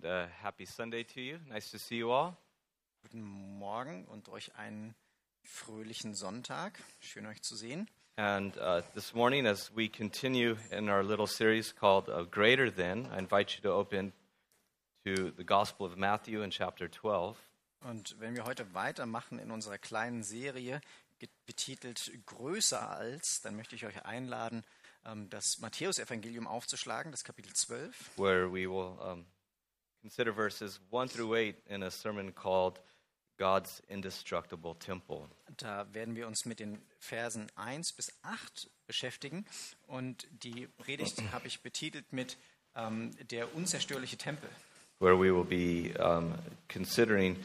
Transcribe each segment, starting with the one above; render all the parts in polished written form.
happy Sunday to you. Nice to see you all. Guten Morgen und euch einen fröhlichen Sonntag. Schön euch zu sehen. And this morning, as we continue in our little series called Greater Than, I invite you to open to the Gospel of Matthew in chapter 12. Und wenn wir heute weitermachen in unserer kleinen Serie, betitelt Größer als, dann möchte ich euch einladen, das Matthäus-Evangelium aufzuschlagen, das Kapitel 12. Where we will consider verses 1 through 8 in a sermon called God's Indestructible Temple. Da werden wir uns mit den Versen 1 bis 8 beschäftigen. Und die Predigt habe ich betitelt mit der unzerstörliche Tempel. Where we will be considering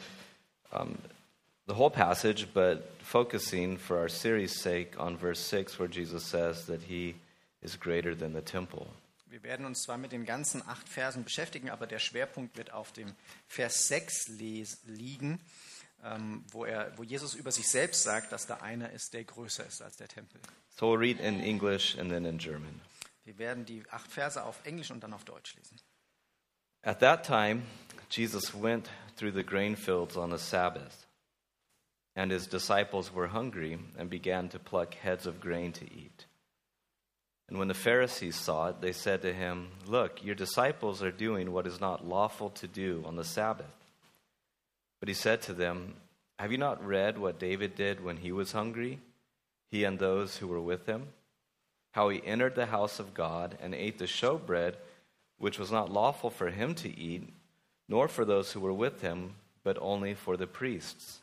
the whole passage, but focusing for our series' sake on verse 6, where Jesus says that he is greater than the temple. Wir werden uns zwar mit den ganzen 8 Versen beschäftigen, aber der Schwerpunkt wird auf dem Vers 6 liegen, wo Jesus über sich selbst sagt, dass da einer ist, der größer ist als der Tempel. So we'll read in English and then in German. Wir werden die 8 Verse auf Englisch und dann auf Deutsch lesen. At that time, Jesus went through the grain fields on the Sabbath, and his disciples were hungry and began to pluck heads of grain to eat. And when the Pharisees saw it, they said to him, "Look, your disciples are doing what is not lawful to do on the Sabbath." But he said to them, "Have you not read what David did when he was hungry, he and those who were with him? How he entered the house of God and ate the showbread, which was not lawful for him to eat, nor for those who were with him, but only for the priests?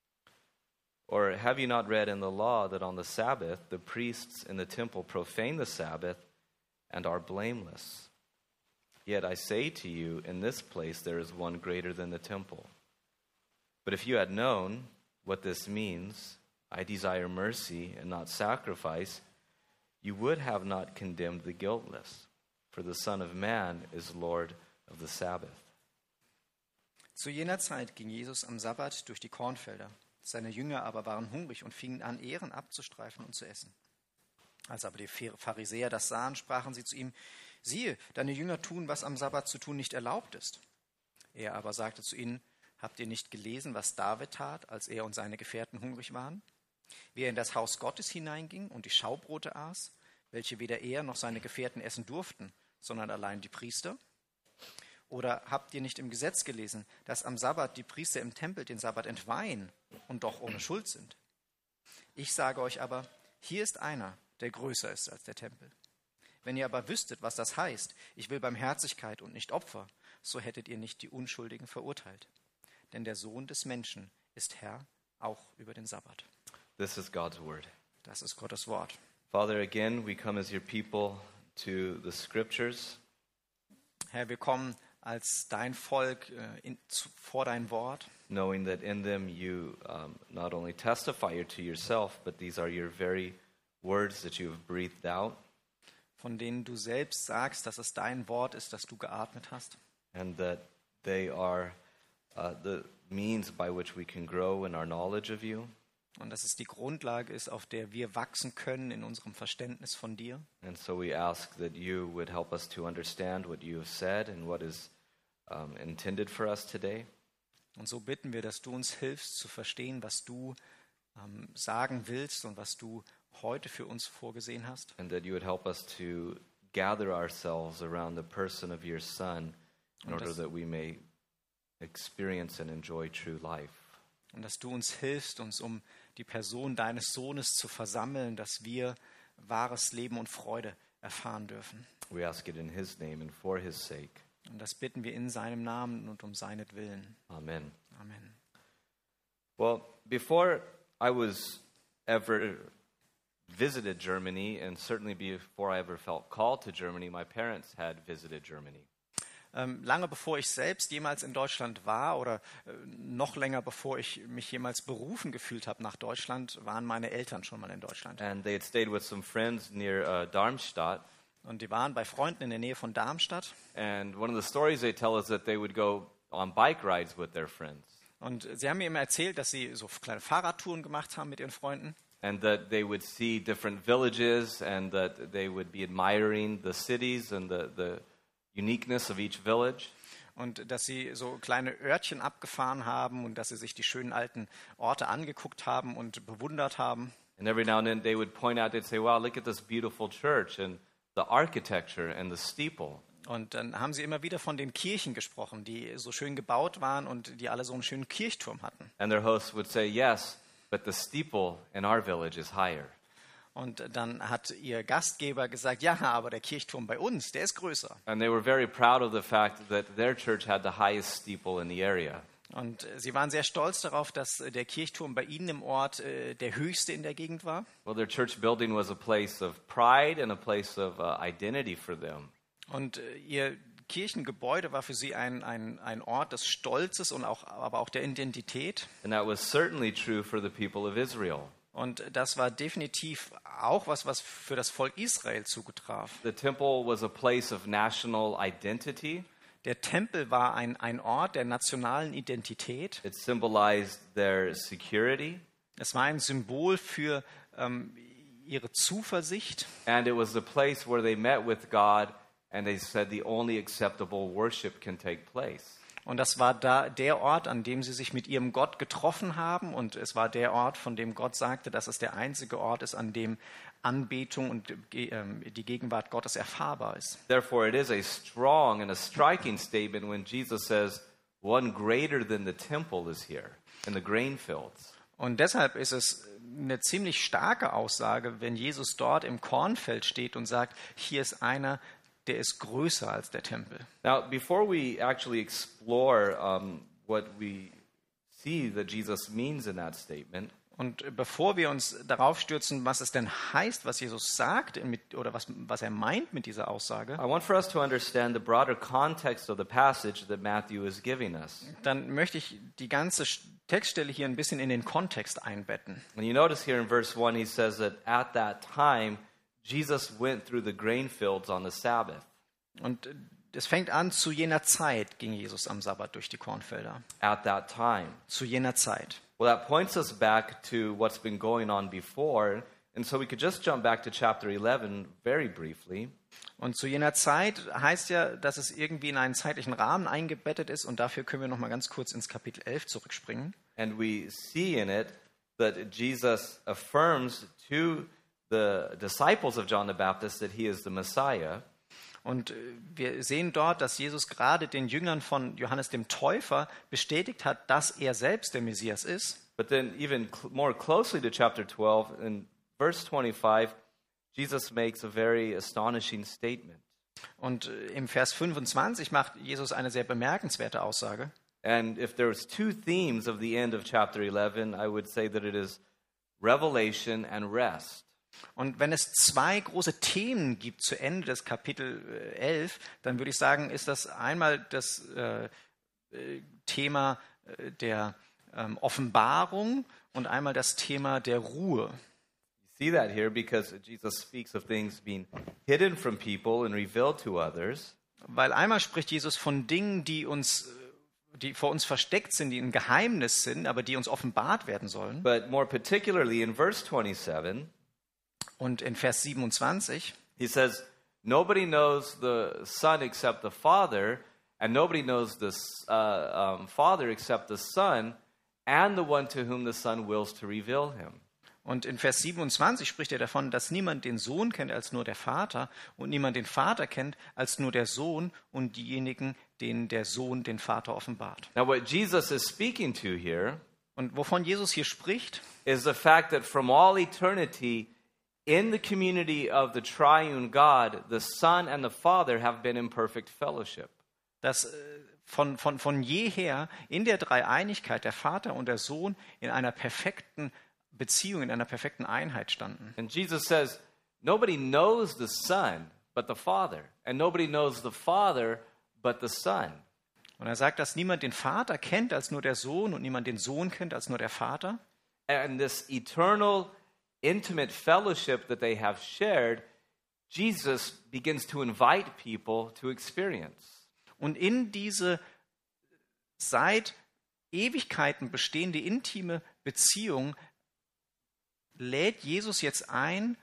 Or have you not read in the law that on the Sabbath the priests in the temple profane the Sabbath and are blameless? Yet I say to you, in this place there is one greater than the temple. But if you had known what this means, I desire mercy and not sacrifice, you would have not condemned the guiltless, for the Son of Man is Lord of the Sabbath." Zu jener Zeit ging Jesus am Sabbat durch die Kornfelder. Seine Jünger aber waren hungrig und fingen an, Ähren abzustreifen und zu essen. Als aber die Pharisäer das sahen, sprachen sie zu ihm: "Siehe, deine Jünger tun, was am Sabbat zu tun nicht erlaubt ist." Er aber sagte zu ihnen: "Habt ihr nicht gelesen, was David tat, als er und seine Gefährten hungrig waren? Wie er in das Haus Gottes hineinging und die Schaubrote aß, welche weder er noch seine Gefährten essen durften, sondern allein die Priester? Oder habt ihr nicht im Gesetz gelesen, dass am Sabbat die Priester im Tempel den Sabbat entweihen und doch ohne Schuld sind? Ich sage euch aber, hier ist einer, der größer ist als der Tempel. Wenn ihr aber wüsstet, was das heißt, ich will Barmherzigkeit und nicht Opfer, so hättet ihr nicht die Unschuldigen verurteilt. Denn der Sohn des Menschen ist Herr auch über den Sabbat." This is God's word. Das ist Gottes Wort. Father, again, we come as your people to the scriptures. Herr, wir kommen als dein Volk vor dein Wort, knowing that in them you not only testify to yourself, but these are your very words that you have breathed out. Von denen du selbst sagst, dass es dein Wort ist, das du geatmet hast. And that they are the means by which we can grow in our knowledge of you. Und dass es die Grundlage ist, auf der wir wachsen können in unserem Verständnis von dir. And so we ask that you would help us to understand what you have said and what is intended for us today. Und so bitten wir, dass du uns hilfst zu verstehen, was du sagen willst und was du heute für uns vorgesehen hast. And that you would help us to gather ourselves around the person of your Son in order that we may experience and enjoy true life. Und dass du uns hilfst, uns um die Person deines Sohnes zu versammeln, dass wir wahres Leben und Freude erfahren dürfen. We ask it in his name and for his sake. Und das bitten wir in seinem Namen und um seinetwillen. Amen. Amen. Well, before I was ever visited Germany, and certainly before I ever felt called to Germany, my parents had visited Germany. Lange bevor ich selbst jemals in Deutschland war oder noch länger bevor ich mich jemals berufen gefühlt habe nach Deutschland, waren meine Eltern schon mal in Deutschland. And they had stayed with some friends near Darmstadt. Und die waren bei Freunden in der Nähe von Darmstadt. And one of the stories they tell is that they would go on bike rides with their friends. Und sie haben mir immer erzählt, dass sie so kleine Fahrradtouren gemacht haben mit ihren Freunden. And that they would see different villages and that they would be admiring the cities and the uniqueness of each village. und dass sie so kleine Örtchen abgefahren haben und dass sie sich die schönen alten Orte angeguckt haben und bewundert haben. And every now and then they would point out, they'd say, wow, look at this beautiful church and the architecture and the steeple. Und dann haben sie immer wieder von den Kirchen gesprochen, die so schön gebaut waren und die alle so einen schönen Kirchturm hatten. And their host would say, yes, but the steeple in our village is higher. Und dann hat ihr Gastgeber gesagt, ja, aber der Kirchturm bei uns, der ist größer. And they were very proud of the fact that their church had the highest steeple in the area. Und sie waren sehr stolz darauf, dass der Kirchturm bei ihnen im Ort der höchste in der Gegend war. Well, their church building was a place of pride and a place of identity for them. Und ihr Kirchengebäude war für sie ein Ort des Stolzes und aber auch der Identität. And that was certainly true for the people of Israel. Und das war definitiv auch was für das Volk Israel zugetraf. The temple was a place of national identity. Der Tempel war ein Ort der nationalen Identität. It symbolized their security. Es war ein Symbol für ihre Zuversicht. And it was the place where they met with God and they said the only acceptable worship can take place. Und das war da der Ort, an dem sie sich mit ihrem Gott getroffen haben. Und es war der Ort, von dem Gott sagte, dass es der einzige Ort ist, an dem Anbetung und die Gegenwart Gottes erfahrbar ist. Therefore, it is a strong and a striking statement when Jesus says, one greater than the temple is here in the grain fields. Und deshalb ist es eine ziemlich starke Aussage, wenn Jesus dort im Kornfeld steht und sagt, hier ist einer, der ist größer als der Tempel. Now, before we actually explore what we see that Jesus means in that statement, und bevor wir uns darauf stürzen, was es denn heißt, was Jesus sagt oder was er meint mit dieser Aussage, I want for us to understand the broader context of the passage that Matthew is giving us. dann möchte ich die ganze Textstelle hier ein bisschen in den Kontext einbetten. And you notice here in verse 1, he says that at that time, Jesus went through the grain fields on the Sabbath. Und es fängt an, zu jener Zeit ging Jesus am Sabbat durch die Kornfelder. At that time. Zu jener Zeit. Well, that points us back to what's been going on before. And so we could just jump back to chapter 11 very briefly. Und zu jener Zeit heißt ja, dass es irgendwie in einen zeitlichen Rahmen eingebettet ist. Und dafür können wir noch mal ganz kurz ins Kapitel 11 zurückspringen. And we see in it that Jesus affirms to the disciples of John the Baptist that he is the Messiah. Und wir sehen dort, dass Jesus gerade den Jüngern von Johannes dem Täufer bestätigt hat, dass er selbst der Messias ist. But then even more closely to chapter 12, in verse 25, Jesus makes a very astonishing statement. Und im Vers 25 macht Jesus eine sehr bemerkenswerte Aussage. And if there's two themes of the end of chapter 11, I would say that it is revelation and rest. Und wenn es zwei große Themen gibt zu Ende des Kapitel 11, dann würde ich sagen, ist das einmal das Thema der Offenbarung und einmal das Thema der Ruhe. You see that here because Jesus speaks of things being hidden from people and revealed to others. Weil einmal spricht Jesus von Dingen, die vor uns versteckt sind, die ein Geheimnis sind, aber die uns offenbart werden sollen. But more particularly in verse 27, und in Vers 27, he says, nobody knows the Son except the Father, and nobody knows the Father except the Son, and the one to whom the Son wills to reveal him. Und in Vers 27 spricht er davon, dass niemand den Sohn kennt als nur der Vater und niemand den Vater kennt als nur der Sohn und diejenigen, denen der Sohn den Vater offenbart. Now what Jesus is speaking to here und wovon Jesus hier spricht, is the fact that from all eternity in the community of the triune God, the Son and the Father have been in perfect fellowship. Dass von jeher in der Dreieinigkeit der Vater und der Sohn in einer perfekten Beziehung, in einer perfekten Einheit standen. And Jesus says, nobody knows the Son but the Father, and nobody knows the Father but the Son. Und er sagt, dass niemand den Vater kennt als nur der Sohn und niemand den Sohn kennt als nur der Vater. And this eternal intimate fellowship that they have shared, Jesus begins to invite people to experience. Und in diese seit Ewigkeiten bestehende intime Beziehung lädt Jesus jetzt ein,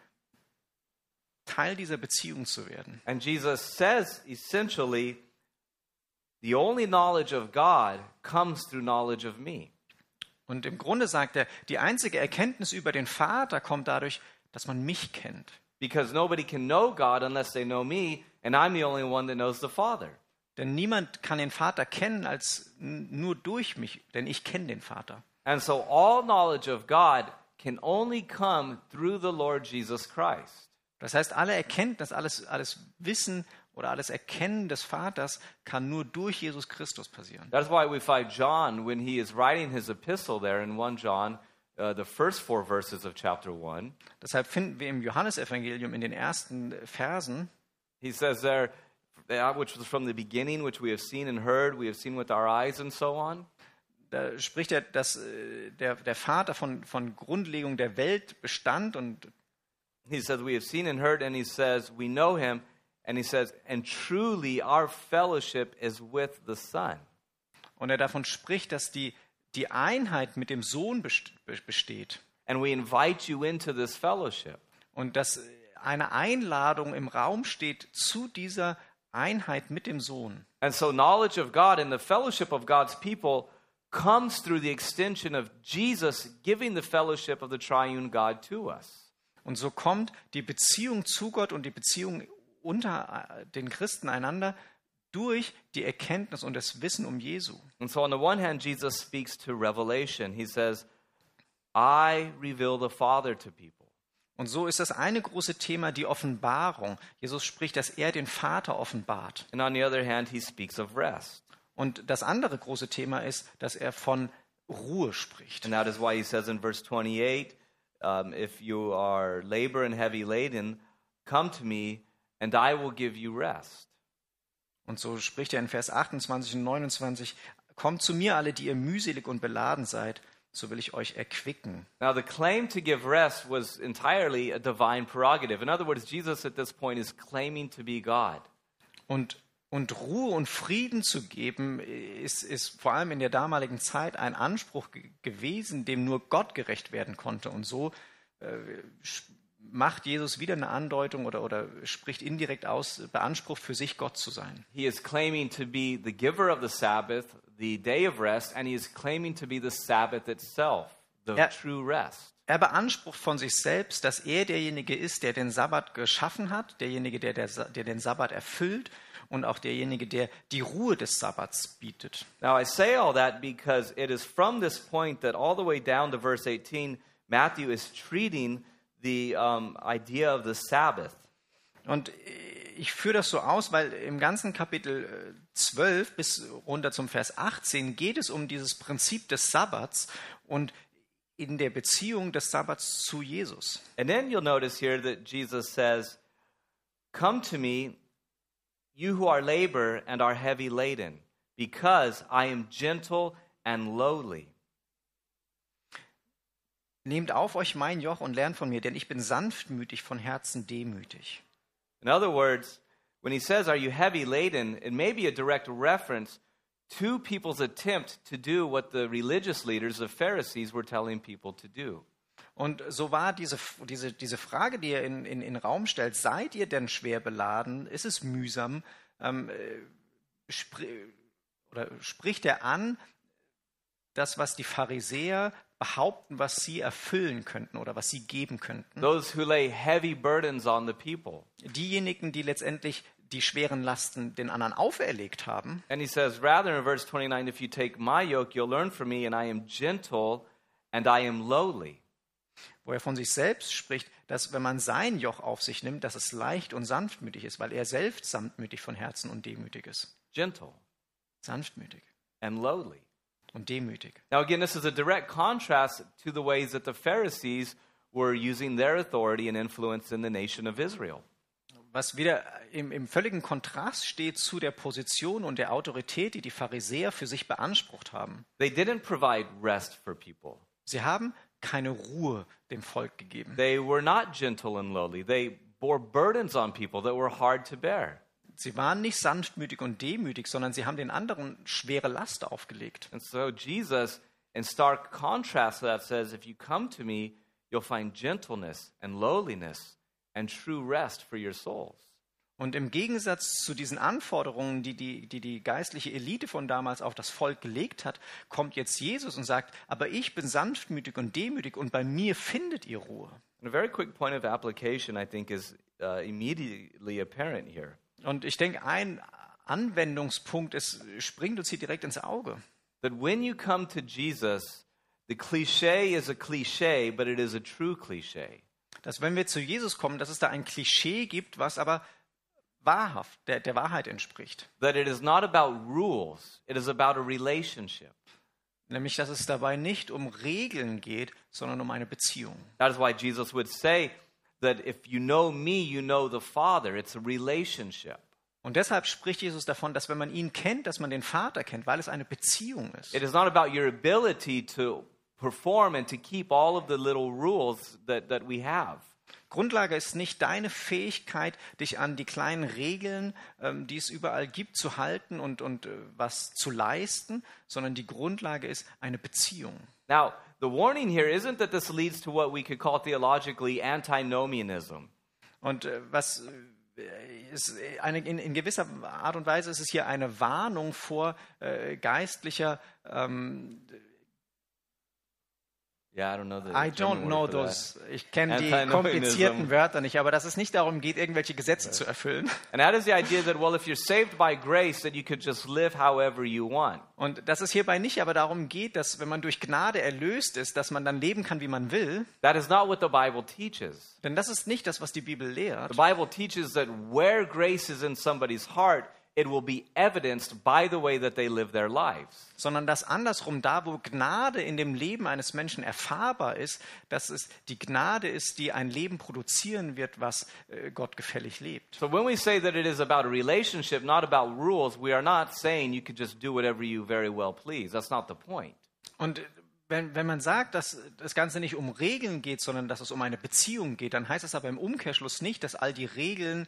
Teil dieser Beziehung zu werden. And Jesus says essentially, the only knowledge of God comes through knowledge of me. Und im Grunde sagt er, die einzige Erkenntnis über den Vater kommt dadurch, dass man mich kennt. Because nobody can know God unless they know me, and I'm the only one that knows the Father. Denn niemand kann den Vater kennen als nur durch mich, denn ich kenne den Vater. And so all knowledge of God can only come through the Lord Jesus Christ. Das heißt, alle Erkenntnis, alles Wissen oder alles Erkennen des Vaters kann nur durch Jesus Christus passieren. That's why we find John, when he is writing his epistle there in 1 John, the first 4 verses of chapter 1, Deshalb finden wir im Johannesevangelium in den ersten Versen, he says there, which was from the beginning, which we have seen and heard, we have seen with our eyes and so on. da spricht er, dass der Vater von Grundlegung der Welt bestand und He says, we have seen and heard, and he says, we know him, and he says, and truly our fellowship is with the Son. er davon spricht, dass die Einheit mit dem Sohn besteht And we invite you into this fellowship. und dass eine Einladung im Raum steht zu dieser Einheit mit dem Sohn. And so knowledge of God and the fellowship of God's people comes through the extension of Jesus giving the fellowship of the triune God to us. Und so kommt die Beziehung zu Gott und die Beziehung unter den Christen einander durch die Erkenntnis und das Wissen um Jesu. And so on the one hand, Jesus speaks to revelation. He says, I reveal the Father to people. Und so ist das eine große Thema, die Offenbarung. Jesus spricht, dass er den Vater offenbart. And on the other hand, he speaks of rest. Und das andere große Thema ist, dass er von Ruhe spricht. And that is why he says in verse 28, if you are labor and heavy laden, come to me and I will give you rest. Und so spricht er in Vers 28 und 29, kommt zu mir alle, die ihr mühselig und beladen seid, so will ich euch erquicken. Now the claim to give rest was entirely a divine prerogative. In other words, Jesus at this point is claiming to be God. Und Ruhe und Frieden zu geben, ist vor allem in der damaligen Zeit ein Anspruch gewesen, dem nur Gott gerecht werden konnte. Und so macht Jesus wieder eine Andeutung oder spricht indirekt aus, beansprucht für sich Gott zu sein. He is claiming to be the giver of the Sabbath, the day of rest, and he is claiming to be the Sabbath itself, the true rest. Er beansprucht von sich selbst, dass er derjenige ist, der den Sabbat geschaffen hat, derjenige, der den Sabbat erfüllt und auch derjenige, der die Ruhe des Sabbats bietet. Now I say all that because it is from this point that all the way down to verse 18, Matthew is treating the idea of the Sabbath. Und ich führe das so aus, weil im ganzen Kapitel 12 bis runter zum Vers 18 geht es um dieses Prinzip des Sabbats und in der Beziehung des Sabbats zu Jesus. And then you'll notice here that Jesus says, come to me, you who are labor and are heavy laden, because I am gentle and lowly. Nehmt auf euch mein Joch und lernt von mir, denn ich bin sanftmütig, von Herzen demütig. In other words, when he says, are you heavy laden, it may be a direct reference to people's attempt to do what the religious leaders, the Pharisees, were telling people to do. Und so war diese Frage, die er in den Raum stellt, seid ihr denn schwer beladen, ist es mühsam, spricht er an, das, was die Pharisäer behaupten, was sie erfüllen könnten oder was sie geben könnten. Those who lay heavy burdens on the people. Diejenigen, die letztendlich die schweren Lasten den anderen auferlegt haben. And he says, rather in verse 29, if you take my yoke, you'll learn from me, and I am gentle and I am lowly. Wo er von sich selbst spricht, dass wenn man sein Joch auf sich nimmt, dass es leicht und sanftmütig ist, weil er selbst sanftmütig von Herzen und demütig ist. Gentle Sanftmütig and lowly. und demütig. Now again, this is a direct contrast to the ways that the Pharisees were using their authority and influence in the nation of Israel. Was wieder im völligen Kontrast steht zu der Position und der Autorität, die die Pharisäer für sich beansprucht haben. They didn't provide rest for people. Sie haben keine Ruhe dem Volk gegeben. They were not gentle and lowly. They bore burdens on people that were hard to bear. Sie waren nicht sanftmütig und demütig, sondern sie haben den anderen schwere Last aufgelegt. And so Jesus, in stark contrast to that, says, if you come to me, you'll find gentleness and lowliness and true rest for your souls. Und im Gegensatz zu diesen Anforderungen, die die geistliche Elite von damals auf das Volk gelegt hat, kommt jetzt Jesus und sagt, aber ich bin sanftmütig und demütig und bei mir findet ihr Ruhe. And a very quick point of application, I think, is immediately apparent here. Und ich denke, ein Anwendungspunkt springt uns hier direkt ins Auge. That when you come to Jesus, the cliche is a cliche, but it is a true cliche. Dass wenn wir zu Jesus kommen, dass es da ein Klischee gibt, was aber wahrhaft der Wahrheit entspricht. That it is not about rules, it is about a relationship. Nämlich, dass es dabei nicht um Regeln geht, sondern um eine Beziehung. That is why Jesus would say that if you know me, you know the Father. It's a relationship. Und deshalb spricht Jesus davon, dass wenn man ihn kennt, dass man den Vater kennt, weil es eine Beziehung ist. It is not about your ability to perform and to keep all of the little rules that we have. Grundlage ist nicht deine Fähigkeit, dich an die kleinen Regeln, die es überall gibt, zu halten und was zu leisten, sondern die Grundlage ist eine Beziehung. Now, the warning here isn't that this leads to what we could call theologically antinomianism. Und was ist in gewisser Art und Weise ist es hier eine Warnung vor geistlicher Yeah, I don't know the I German don't know word for those. Ich kenne die Antinomianism. komplizierten Wörter nicht, aber dass es nicht darum geht, irgendwelche Gesetze zu erfüllen. that. And that is the idea that, well, if you're saved by grace, then you could just live however you want. Und dass es hierbei nicht aber darum geht, dass wenn man durch Gnade erlöst ist, dass man dann leben kann, wie man will. That is not what the Bible teaches. Denn das ist nicht das, was die Bibel lehrt. The Bible teaches that where grace is in somebody's heart, it will be evidenced by the way that they live their lives. Sondern dass andersrum, da wo Gnade in dem Leben eines Menschen erfahrbar ist, dass es die Gnade ist, die ein Leben produzieren wird, was Gott gefällig lebt. So when we say that it is about a relationship, not about rules, we are not saying you could just do whatever you very well please. That's not the point. Und wenn man sagt, dass das Ganze nicht um Regeln geht, sondern dass es um eine Beziehung geht, dann heißt es aber im Umkehrschluss nicht, dass all die Regeln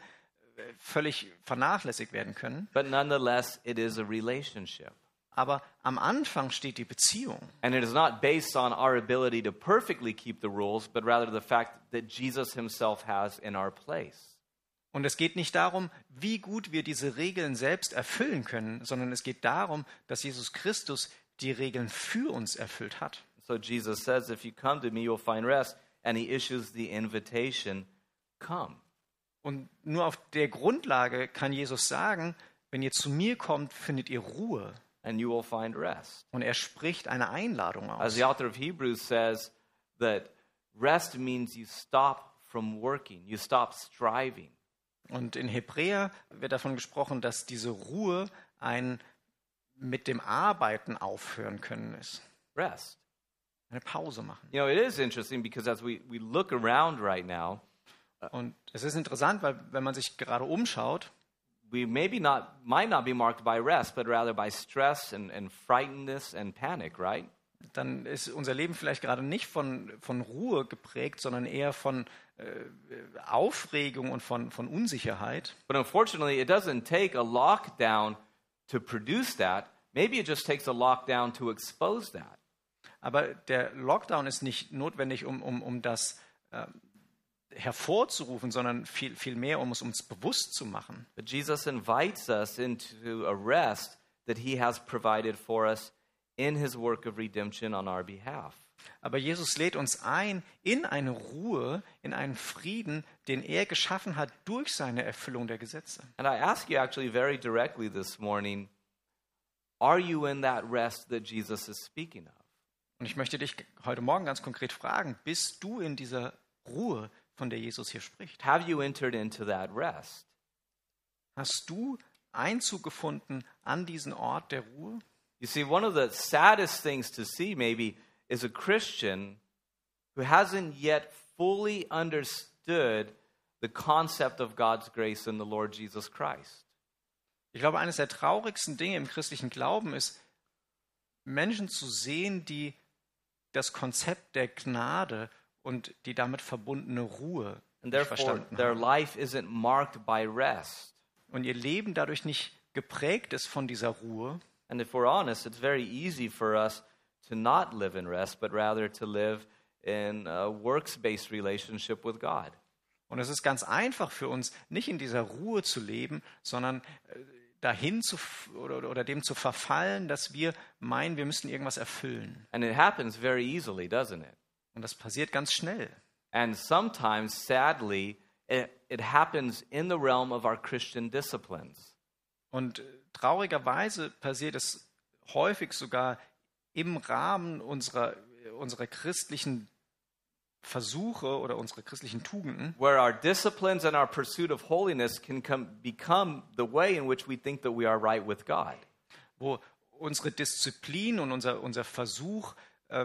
völlig vernachlässigt werden können. But nonetheless, it is a relationship. Aber am Anfang steht die Beziehung. And it is not based on our ability to perfectly keep the rules, but rather the fact that Jesus himself has in our place. Und es geht nicht darum, wie gut wir diese Regeln selbst erfüllen können, sondern es geht darum, dass Jesus Christus die Regeln für uns erfüllt hat. So Jesus says, if you come to me, you'll find rest. And he issues the invitation, come. Und nur auf der Grundlage kann Jesus sagen, wenn ihr zu mir kommt, findet ihr Ruhe. And you will find rest. Und er spricht eine Einladung As aus. the author of Hebrews says, that rest means you stop from working, you stop striving. Und in Hebräer wird davon gesprochen, dass diese Ruhe ein mit dem Arbeiten aufhören können ist. Rest. Eine Pause machen. You know, it is interesting because as we look around right now, Und es ist interessant, weil wenn man sich gerade umschaut, we might not be marked by rest, but rather by stress and frightenedness and panic, right? dann ist unser Leben vielleicht gerade nicht von Ruhe geprägt, sondern eher von Aufregung und von Unsicherheit. But unfortunately, it doesn't take a lockdown to produce that. Maybe it just takes a lockdown to expose that. Aber der Lockdown ist nicht notwendig, um das hervorzurufen, sondern viel mehr, um es uns bewusst zu machen. But Jesus invites us into a rest that he has provided for us in his work of redemption on our behalf. Aber Jesus lädt uns ein in eine Ruhe, in einen Frieden, den er geschaffen hat durch seine Erfüllung der Gesetze. And I ask you actually very directly this morning, are you in that rest that Jesus is speaking of? Und ich möchte dich heute Morgen ganz konkret fragen, bist du in dieser Ruhe, von der Jesus hier spricht? Have you entered into that rest? Hast du Einzug gefunden an diesen Ort der Ruhe? You see, one of the saddest things to see maybe is a Christian who hasn't yet fully understood the concept of God's grace in the Lord Jesus Christ. Ich glaube, eines der traurigsten Dinge im christlichen Glauben ist, Menschen zu sehen, die das Konzept der Gnade und die damit verbundene Ruhe And nicht therefore, verstanden their haben. life isn't marked by rest. Und ihr Leben dadurch nicht geprägt ist von dieser Ruhe. And if we're honest, it's very easy for us to not live in rest, but rather to live in a works-based relationship with God. Und es ist ganz einfach für uns, nicht in dieser Ruhe zu leben, sondern dahin oder dem zu verfallen, dass wir meinen, wir müssten irgendwas erfüllen. And it happens very easily, doesn't it? Und das passiert ganz schnell. And sometimes, sadly, it happens in the realm of our Christian disciplines. Und traurigerweise passiert es häufig sogar im Rahmen unserer christlichen Versuche oder unserer christlichen Tugenden, Where our disciplines and our pursuit of holiness can become the way in which we think that we are right with God. wo unsere Disziplin und unser Versuch,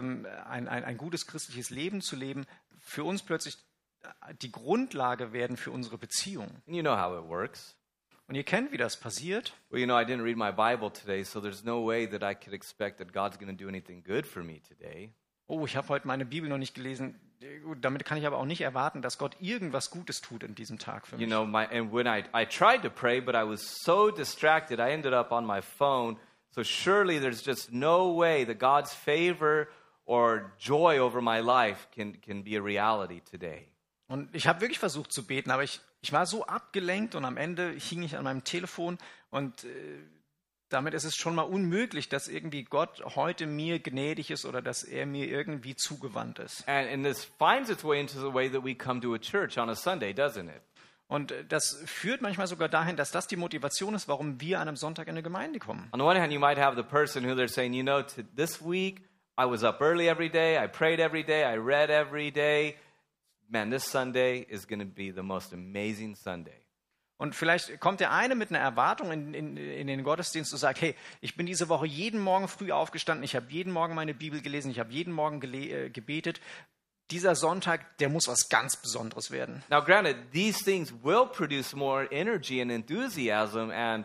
ein gutes christliches Leben zu leben, für uns plötzlich die Grundlage werden für unsere Beziehung. And you know how it works. Und ihr kennt, wie das passiert. Well, you know, I didn't read my Bible today, so there's no way that I could expect that God's going to do anything good for me today. Oh, ich habe heute meine Bibel noch nicht gelesen. Gut, damit kann ich aber auch nicht erwarten, dass Gott irgendwas Gutes tut in diesem Tag für You mich. know, and when I tried to pray, but I was so distracted, I ended up on my phone. So surely there's just no way that God's favor or joy over my life can be a reality today. Und ich habe wirklich versucht zu beten, aber ich war so abgelenkt und am Ende hing ich an meinem Telefon und damit ist es schon mal unmöglich, dass irgendwie Gott heute mir gnädig ist oder dass er mir irgendwie zugewandt ist. And this finds its way into the way that we come to a church on a Sunday, doesn't it? Und das führt manchmal sogar dahin, dass das die Motivation ist, warum wir an einem Sonntag in eine Gemeinde kommen. On the one hand, you might have the person who they're saying, you know, this week I was up early every day, I prayed every day, I read every day. Man, this Sunday is going to be the most amazing Sunday. Und vielleicht kommt der eine mit einer Erwartung in den Gottesdienst und sagt, hey, ich bin diese Woche jeden Morgen früh aufgestanden, ich habe jeden Morgen meine Bibel gelesen, ich habe jeden Morgen gebetet. Dieser Sonntag, der muss was ganz Besonderes werden. Now, granted, these things will produce more energy and enthusiasm and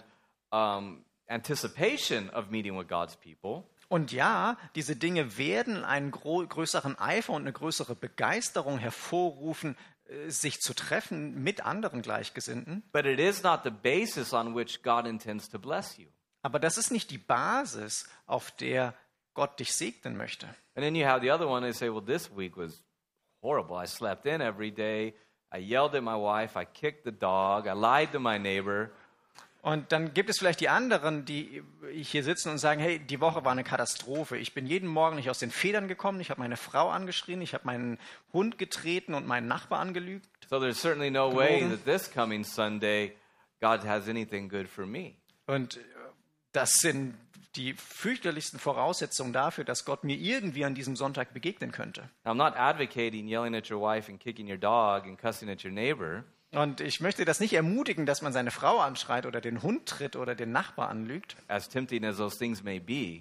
anticipation of meeting with God's people. Und ja, diese Dinge werden einen größeren Eifer und eine größere Begeisterung hervorrufen, sich zu treffen mit anderen Gleichgesinnten. But it is not the basis on which God intends to bless you. Aber das ist nicht die Basis, auf der Gott dich segnen möchte. And then you have the other one, they say, well, this week was horrible. I slept in every day. I yelled at my wife. I kicked the dog. I lied to my neighbor. Und dann gibt es vielleicht die anderen, die hier sitzen und sagen, hey, die Woche war eine Katastrophe. Ich bin jeden Morgen nicht aus den Federn gekommen. Ich habe meine Frau angeschrien. Ich habe meinen Hund getreten und meinen Nachbar angelügt. So there's certainly no way that this coming Sunday God has anything good for me. Und das sind die fürchterlichsten Voraussetzungen dafür, dass Gott mir irgendwie an diesem Sonntag begegnen könnte. I'm not advocating yelling at your wife and kicking your dog and cussing at your neighbor. Und ich möchte das nicht ermutigen, dass man seine Frau anschreit oder den Hund tritt oder den Nachbar anlügt. As tempting as those things may be.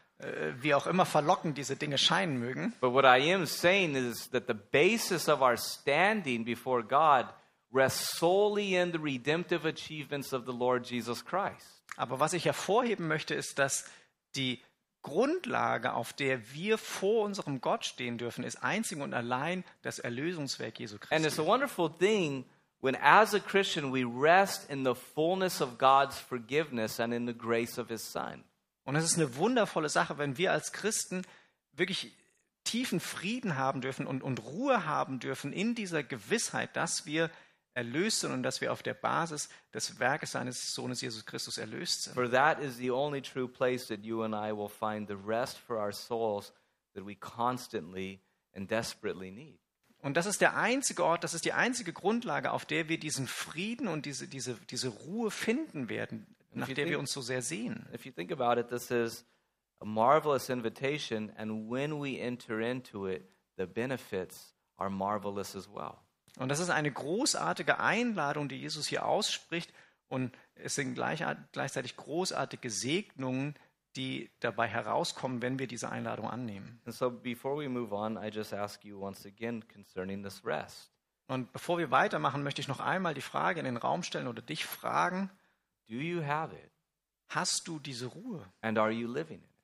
Wie auch immer verlockend diese Dinge scheinen mögen. But what I am saying is that the basis of our standing before God rests solely in the redemptive achievements of the Lord Jesus Christ. Aber was ich hervorheben möchte, ist, dass die Grundlage, auf der wir vor unserem Gott stehen dürfen, ist einzig und allein das Erlösungswerk Jesu And it's Christi. a wonderful thing when, as a Christian, we rest in the fullness of God's forgiveness and in the grace of His Son. Und es ist eine wundervolle Sache, wenn wir als Christen wirklich tiefen Frieden haben dürfen und Ruhe haben dürfen in dieser Gewissheit, dass wir erlöst sind und dass wir auf der Basis des Werkes seines Sohnes Jesus Christus erlöst sind. For that is the only true place that you and I will find the rest for our souls that we constantly and desperately need. Und das ist der einzige Ort, das ist die einzige Grundlage, auf der wir diesen Frieden und diese Ruhe finden werden, nach der wir uns so sehr sehen. If you think about it, this is a marvelous invitation, and when we enter into it, the benefits are marvelous as well. Und das ist eine großartige Einladung, die Jesus hier ausspricht. Und es sind gleichzeitig großartige Segnungen, die dabei herauskommen, wenn wir diese Einladung annehmen. And so before we move on, I just ask you once again concerning this rest. Und bevor wir weitermachen, möchte ich noch einmal die Frage in den Raum stellen oder dich fragen, Do you have it? hast du diese Ruhe? And are you living in it?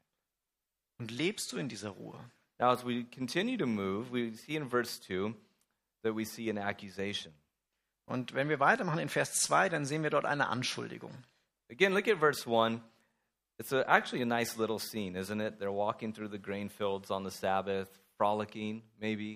Und lebst du in dieser Ruhe? Now, as we continue to move, we see in verse 2 that we see an accusation. Und wenn wir weitermachen in Vers 2, dann sehen wir dort eine Anschuldigung. Again, look at verse 1. It's actually a nice little scene, isn't it? They're walking through the grain fields on the Sabbath, frolicking, maybe.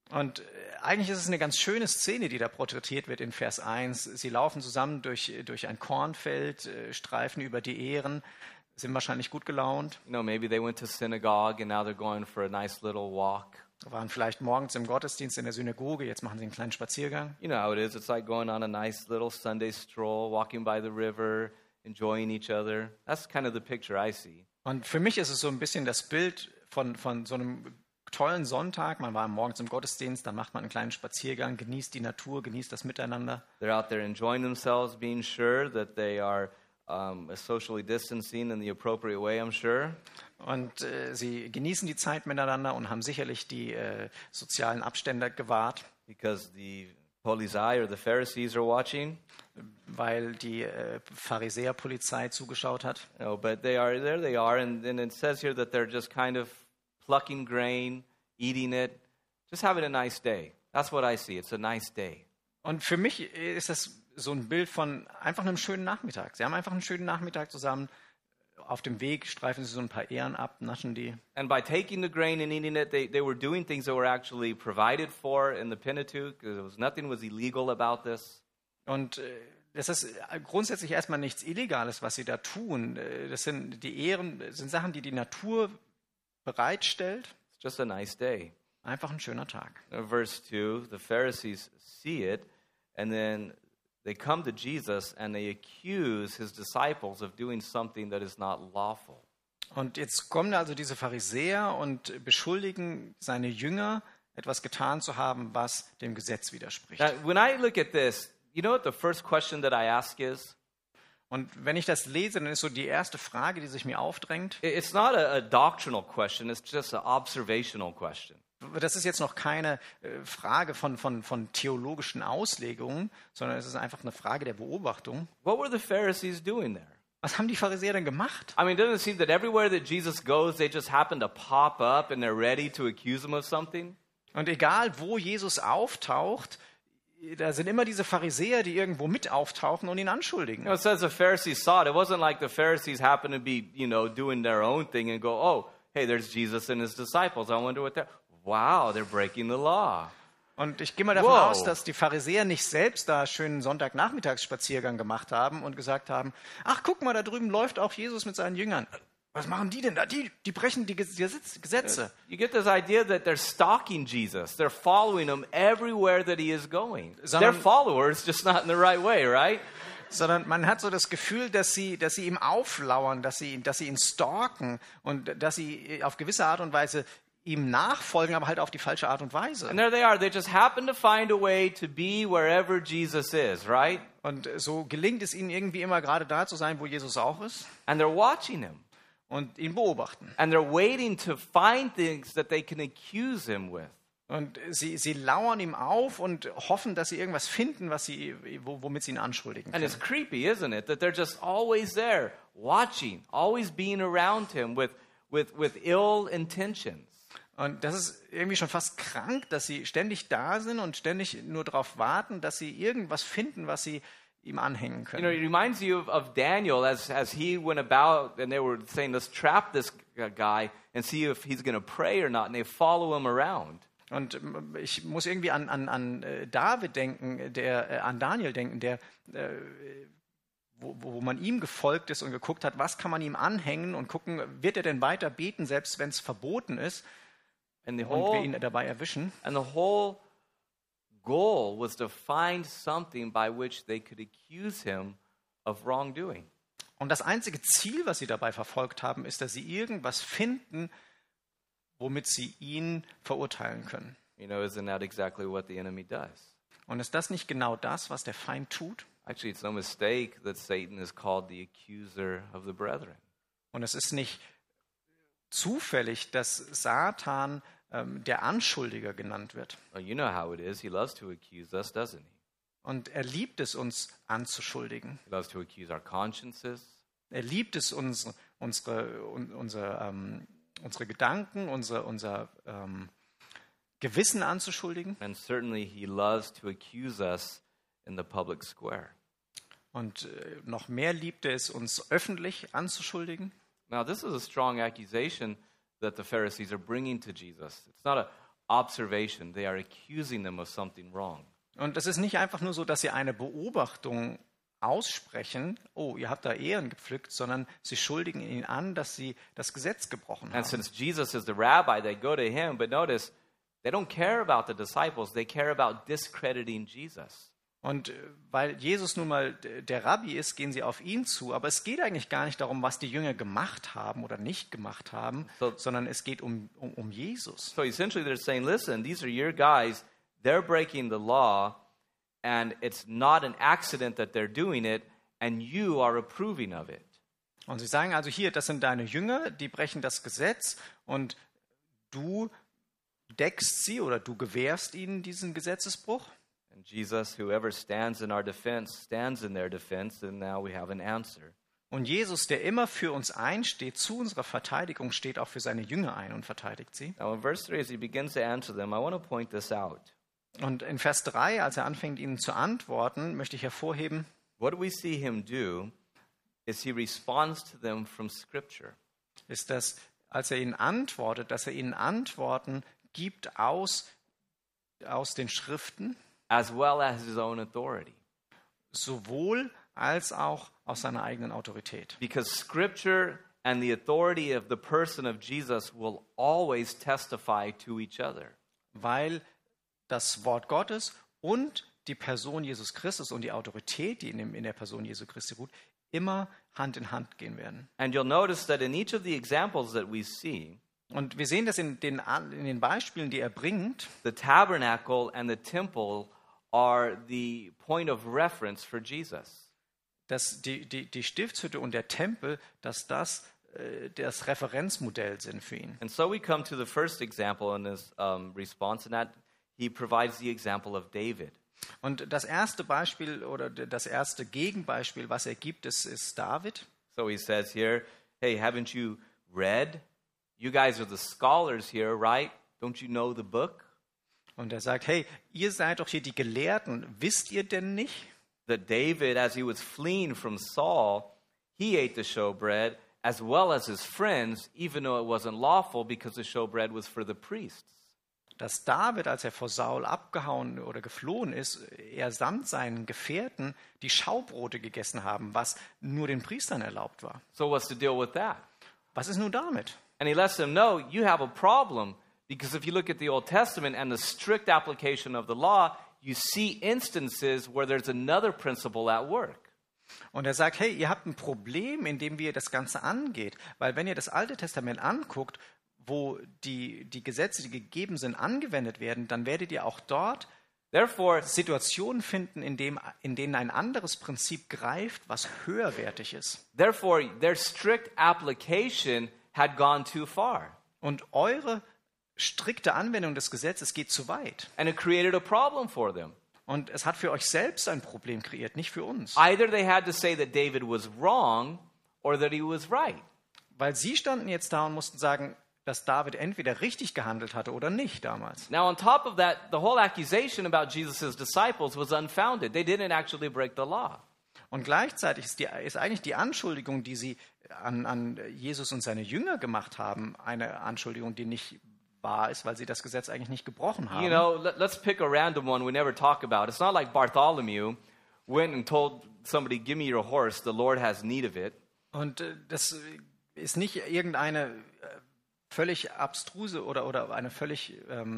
Und eigentlich ist es eine ganz schöne Szene, die da porträtiert wird in Vers 1. Sie laufen zusammen durch ein Kornfeld, streifen über die Ähren, sind wahrscheinlich gut gelaunt, You know, maybe they went to synagogue and now they're going for a nice little walk. waren vielleicht morgens im Gottesdienst in der Synagoge, jetzt machen sie einen kleinen Spaziergang. You know how it is. It's like going on a nice little Sunday stroll, walking by the river, enjoying each other. That's kind of the picture I see. Und für mich ist es so ein bisschen das Bild von so einem tollen Sonntag. Man war morgens im Gottesdienst, dann macht man einen kleinen Spaziergang, genießt die Natur, genießt das Miteinander. They're out there enjoying themselves, being sure that they are socially distancing in the appropriate way, I'm sure. Und sie genießen die Zeit miteinander und haben sicherlich die sozialen Abstände gewahrt, Because the Polizei or the Pharisees are watching. weil die Pharisäerpolizei zugeschaut hat. You know, but they are, and it says here that they're just kind of plucking grain, eating it, just having a nice day. That's what I see. It's a nice day. Und für mich ist das so ein Bild von einfach einem schönen Nachmittag. Sie haben einfach einen schönen Nachmittag zusammen. Auf dem Weg streifen sie so ein paar Ähren ab, naschen die. And by taking the grain and eating it, they were doing things that were actually provided for in the Pentateuch. Nothing was illegal about this. Und das ist grundsätzlich erstmal nichts Illegales, was sie da tun. Das sind die Ähren, sind Sachen, die die Natur bereitstellt. It's just a nice day. Einfach ein schöner Tag. Verse 2, the Pharisees see it, and then they come to Jesus and they accuse his disciples of doing something that is not lawful. Und jetzt kommen also diese Pharisäer und beschuldigen seine Jünger, etwas getan zu haben, was dem Gesetz widerspricht. Now, when I look at this, you know what the first question that I ask is? Und wenn ich das lese, dann ist so die erste Frage, die sich mir aufdrängt. It's not a doctrinal question, it's just an observational question. Das ist jetzt noch keine Frage von theologischen Auslegungen, sondern es ist einfach eine Frage der Beobachtung. What were the Pharisees doing there? Was haben die Pharisäer denn gemacht? I mean, doesn't it seem that everywhere that Jesus goes, they just happen to pop up and they're ready to accuse him of something? Und egal, wo Jesus auftaucht, da sind immer diese Pharisäer, die irgendwo mit auftauchen und ihn anschuldigen. You know, it says the Pharisees saw it. It wasn't like the Pharisees happened to be, doing their own thing and go, oh, hey, there's Jesus and his disciples. I wonder what they're... Wow, they're breaking the law. Und ich gehe mal davon Wow. aus, dass die Pharisäer nicht selbst da schönen Sonntagnachmittagsspaziergang gemacht haben und gesagt haben, ach, guck mal, da drüben läuft auch Jesus mit seinen Jüngern. Was machen die denn da? Die brechen die Gesetze. You get this idea that they're stalking Jesus. They're following him everywhere that he is going. They're followers, just not in the right way, right? Sondern man hat so das Gefühl, dass sie ihm auflauern, dass sie ihn stalken und dass sie auf gewisse Art und Weise ihm nachfolgen, aber halt auf die falsche Art und Weise. And there they are. They just happen to find a way to be wherever Jesus is, right? Und so gelingt es ihnen irgendwie immer gerade da zu sein, wo Jesus auch ist And they're watching him. und ihn beobachten. And they're waiting to find things that they can accuse him with. Und sie lauern ihm auf und hoffen, dass sie irgendwas finden, womit sie ihn anschuldigen And können. it's creepy, isn't it? That they're just always there, watching, always being around him with ill intentions. Und das ist irgendwie schon fast krank, dass sie ständig da sind und ständig nur darauf warten, dass sie irgendwas finden, was sie ihm anhängen You know, können. it reminds you of Daniel as he went about and they were saying, let's trap this guy and see if he's going to pray or not. And they follow him around. Und ich muss irgendwie an David denken, an Daniel denken, wo man ihm gefolgt ist und geguckt hat, was kann man ihm anhängen und gucken, wird er denn weiter beten, selbst wenn es verboten ist And the und wir whole, ihn dabei erwischen. and the whole goal was to find something by which they could accuse him of wrongdoing. Und das einzige Ziel, was sie dabei verfolgt haben, ist, dass sie irgendwas finden, womit sie ihn verurteilen können. You know, isn't that exactly what the enemy does? Und ist das nicht genau das, was der Feind tut? Actually, it's no mistake that Satan is called the accuser of the brethren. Und es ist nicht zufällig, dass Satan der Anschuldiger genannt wird. Well, you know how it is. He loves to accuse us, doesn't he? Und er liebt es, uns anzuschuldigen. He loves to accuse our consciences. Er liebt es, unsere Gedanken, unser Gewissen anzuschuldigen. And certainly he loves to accuse us in the public square. Und noch mehr liebt er es, uns öffentlich anzuschuldigen. Now, this is a strong accusation that the Pharisees are bringing to Jesus. It's not observation. They are accusing them of something wrong. Und es ist nicht einfach nur so, dass sie eine Beobachtung aussprechen, oh, ihr habt da Ehren gepflückt, sondern sie schuldigen ihnen an, dass sie das Gesetz gebrochen And haben. since Jesus is the rabbi, they go to him. But notice, they don't care about the disciples. They care about discrediting Jesus. Und weil Jesus nun mal der Rabbi ist, gehen sie auf ihn zu. Aber es geht eigentlich gar nicht darum, was die Jünger gemacht haben oder nicht gemacht haben, sondern es geht um Jesus. So essentially they're saying, listen, these are your guys. They're breaking the law, and it's not an accident that they're doing it, and you are approving of it. Und sie sagen also hier, das sind deine Jünger, die brechen das Gesetz und du deckst sie oder du gewährst ihnen diesen Gesetzesbruch. And Jesus, whoever stands in our defense, stands in their defense, and now we have an answer. Und Jesus, der immer für uns einsteht, zu unserer Verteidigung, steht auch für seine Jünger ein und verteidigt sie. Now in verse 3, as he begins to answer them, I want to point this out. Und in Vers 3, als er anfängt, ihnen zu antworten, möchte ich hervorheben, What we see him do is he responds to them from Scripture. ist, dass, als er ihnen antwortet, dass er ihnen Antworten gibt aus den Schriften, as well as his own authority. sowohl als auch aus seiner eigenen Autorität. Because Scripture and the authority of the person of Jesus will always testify to each other. Weil das Wort Gottes und die Person Jesus Christus und die Autorität, die in der Person Jesu Christi ruht, immer Hand in Hand gehen werden. And you'll notice that in each of the examples that we see, Und wir sehen das in den Beispielen, die er bringt. the tabernacle and the temple are the point of reference for Jesus. Dass die Stiftshütte und der Tempel, dass das Referenzmodell sind für ihn. And so we come to the first example in this response, and that he provides the example of David. Und das erste Beispiel oder das erste Gegenbeispiel, was er gibt, ist David. So he says here, hey, haven't you read? You guys are the scholars here, right? Don't you know the book? Und er sagt, hey, ihr seid doch hier die Gelehrten. Wisst ihr denn nicht? That David, as he was fleeing from Saul, he ate the showbread as well as his friends, even though it wasn't lawful because the showbread was for the priests. Dass David, als er vor Saul abgehauen oder geflohen ist, er samt seinen Gefährten die Schaubrote gegessen haben, was nur den Priestern erlaubt war. So what's the deal with that? Was ist nun damit? And he lets them know, you have a problem, because if you look at the Old Testament and the strict application of the law, you see instances where there's another principle at work. Und er sagt, hey, ihr habt ein Problem, in dem wie ihr das Ganze angeht. Weil wenn ihr das Alte Testament anguckt, wo die Gesetze, die gegeben sind, angewendet werden, dann werdet ihr auch dort Therefore, Situationen finden, in denen ein anderes Prinzip greift, was höherwertig ist. therefore, their strict application had gone too far. Und eure strikte Anwendung des Gesetzes geht zu weit. And it created a problem for them. Und es hat für euch selbst ein Problem kreiert, nicht für uns. Either they had to say that David was wrong or that he was right. Weil sie standen jetzt da und mussten sagen, dass David entweder richtig gehandelt hatte oder nicht damals. Now, on top of that, the whole accusation about Jesus' disciples was unfounded. They didn't actually break the law. Und gleichzeitig ist eigentlich die Anschuldigung, die sie an Jesus und seine Jünger gemacht haben, eine Anschuldigung, die nicht wahr ist, weil sie das Gesetz eigentlich nicht gebrochen haben. You know, let's pick a random one we never talk about. It's not like Bartholomew went and told somebody, give me your horse, the Lord has need of it. Und das ist nicht irgendeine völlig abstruse oder eine völlig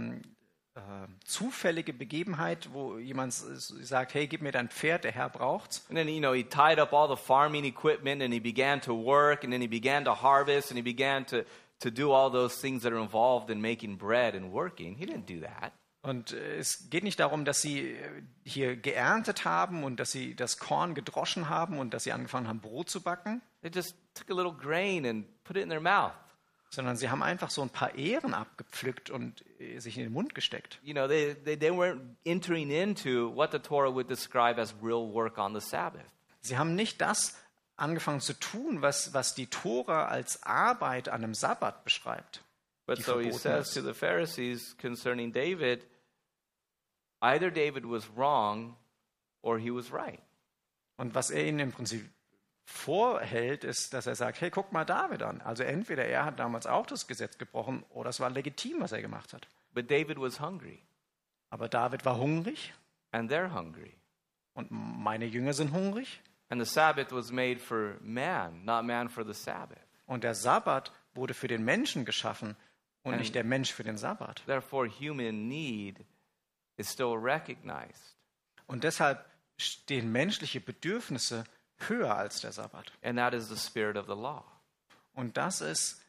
zufällige Begebenheit, wo jemand sagt, hey, gib mir dein Pferd, der Herr braucht's. And then, you know, he tied up all the farming equipment and he began to work and then he began to harvest and he began to do all those things that are involved in making bread and working. He didn't do that. Und es geht nicht darum, dass sie hier geerntet haben und dass sie das Korn gedroschen haben und dass sie angefangen haben, Brot zu backen, They just took a little grain and put it in their mouth. sondern sie haben einfach so ein paar Ähren abgepflückt und sich in den Mund gesteckt. You know, they weren't entering into what the Torah would describe as real work on the Sabbath. Sie haben nicht das angefangen zu tun, was die Tora als Arbeit an einem Sabbat beschreibt. But Die so he verboten says ist. to the Pharisees concerning David, either David was wrong or he was right. Und was er ihnen im Prinzip vorhält, ist, dass er sagt, hey, guck mal David an. Also entweder er hat damals auch das Gesetz gebrochen oder es war legitim, was er gemacht hat. But David was hungry, Aber David war hungrig and they're hungry. und meine Jünger sind hungrig. And the Sabbath was made for man, not man for the Sabbath. Und der Sabbat wurde für den Menschen geschaffen und nicht der Mensch für den Sabbat. Therefore, human need is still recognized. Und deshalb stehen menschliche Bedürfnisse höher als der Sabbat. And that is the spirit of the law. Und das ist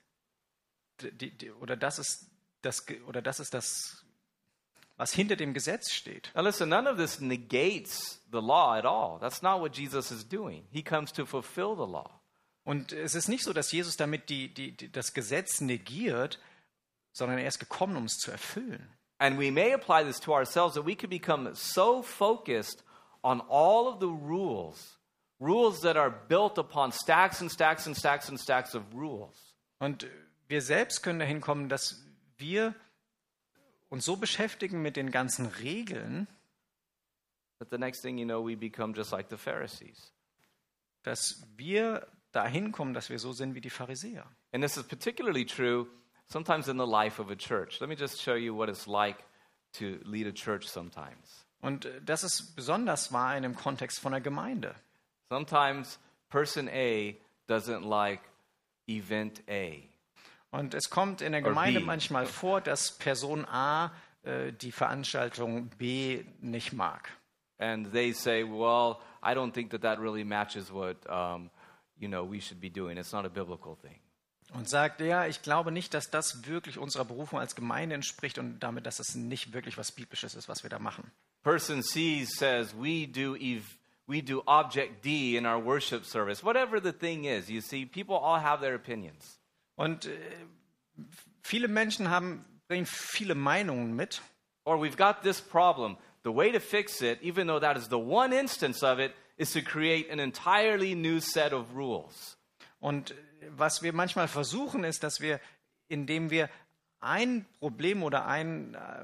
das, was hinter dem Gesetz steht. Now listen, none of this negates the law at all. That's not what Jesus is doing. He comes to fulfill the law. Und es ist nicht so, dass Jesus damit das Gesetz negiert, sondern er ist gekommen, um es zu erfüllen. And we may apply this to ourselves that we could become so focused on all of the rules that are built upon stacks and stacks and stacks and stacks of rules. Und wir selbst können dahin kommen, dass wir uns so beschäftigen mit den ganzen Regeln, But the next thing you know, we become just like the Pharisees. dass wir dahin kommen, dass wir so sind wie die Pharisäer. And this is particularly true sometimes in the life of a church. Let me just show you what it's like to lead a church sometimes. Und das ist besonders wahr in dem Kontext von der Gemeinde. Sometimes person A doesn't like event A. Und es kommt in der Or Gemeinde B. manchmal vor, dass Person A die Veranstaltung B nicht mag. And they say, well, I don't think that really matches what we should be doing. It's not a biblical thing. Und sagt, ja, ich glaube nicht, dass das wirklich unserer Berufung als Gemeinde entspricht und damit, dass es nicht wirklich was Biblisches ist, was wir da machen. Person C says, we do object D in our worship service. Whatever the thing is, you see, people all have their opinions. Und viele Menschen bringen viele Meinungen mit. Or we've got this problem. The way to fix it, even though that is the one instance of it, is to create an entirely new set of rules. Und was wir manchmal versuchen, ist, dass wir, indem wir ein Problem oder eine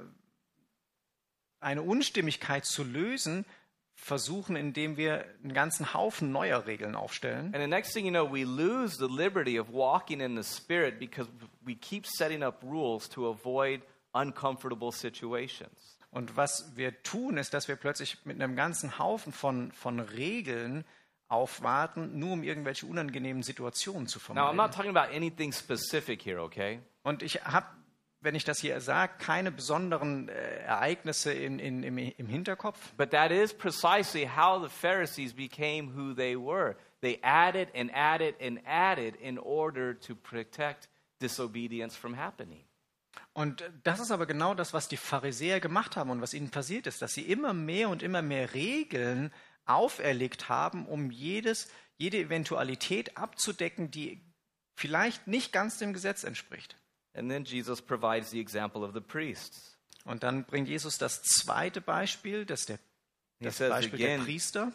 Unstimmigkeit zu lösen, versuchen, indem wir einen ganzen Haufen neuer Regeln aufstellen. And the next thing you know, we lose the liberty of walking in the Spirit because we keep setting up rules to avoid uncomfortable situations. Und was wir tun, ist, dass wir plötzlich mit einem ganzen Haufen von Regeln aufwarten, nur um irgendwelche unangenehmen Situationen zu Now, I'm vermeiden. not talking about anything specific here, okay? Und ich habe, wenn ich das hier sage, keine besonderen Ereignisse im Hinterkopf. But that is precisely how the Pharisees became who they were. They added and added and added in order to protect disobedience from happening. Und das ist aber genau das, was die Pharisäer gemacht haben und was ihnen passiert ist, dass sie immer mehr und immer mehr Regeln auferlegt haben, um jede Eventualität abzudecken, die vielleicht nicht ganz dem Gesetz entspricht. And then Jesus provides the example of the priests. Und dann bringt Jesus das zweite Beispiel, das says Beispiel der again, Priester.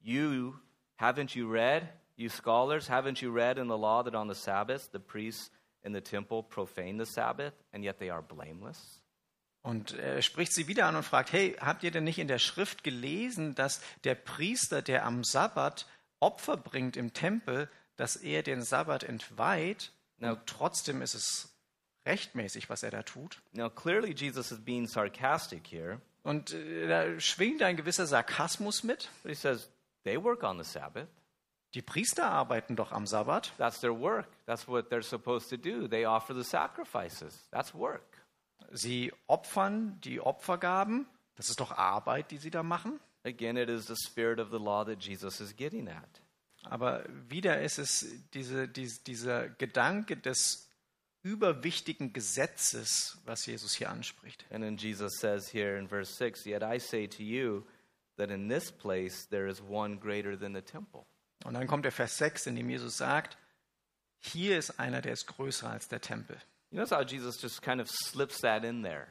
Haven't you read, you scholars, haven't you read in the law that on the Sabbath the priests in the temple profane the Sabbath, and yet they are blameless? Und er spricht sie wieder an und fragt, hey, habt ihr denn nicht in der Schrift gelesen, dass der Priester, der am Sabbat Opfer bringt im Tempel, dass er den Sabbat entweiht und trotzdem ist es rechtmäßig, was er da tut? Now, clearly Jesus is being sarcastic here. Und da schwingt ein gewisser Sarkasmus mit. But he says, they work on the Sabbath. Die Priester arbeiten doch am Sabbat. That's their work. That's what they're supposed to do. They offer the sacrifices. That's work. Sie opfern die Opfergaben. Das ist doch Arbeit, die sie da machen. Again, it is the spirit of the law that Jesus is getting at. Aber wieder ist es dieser Gedanke des überwichtigen Gesetzes, was Jesus hier anspricht. And then Jesus says here in verse 6, yet I say to you that in this place there is one greater than the temple. Und dann kommt der Vers 6, in dem Jesus sagt, hier ist einer, der ist größer als der Tempel. You notice how Jesus just kind of slips that in there.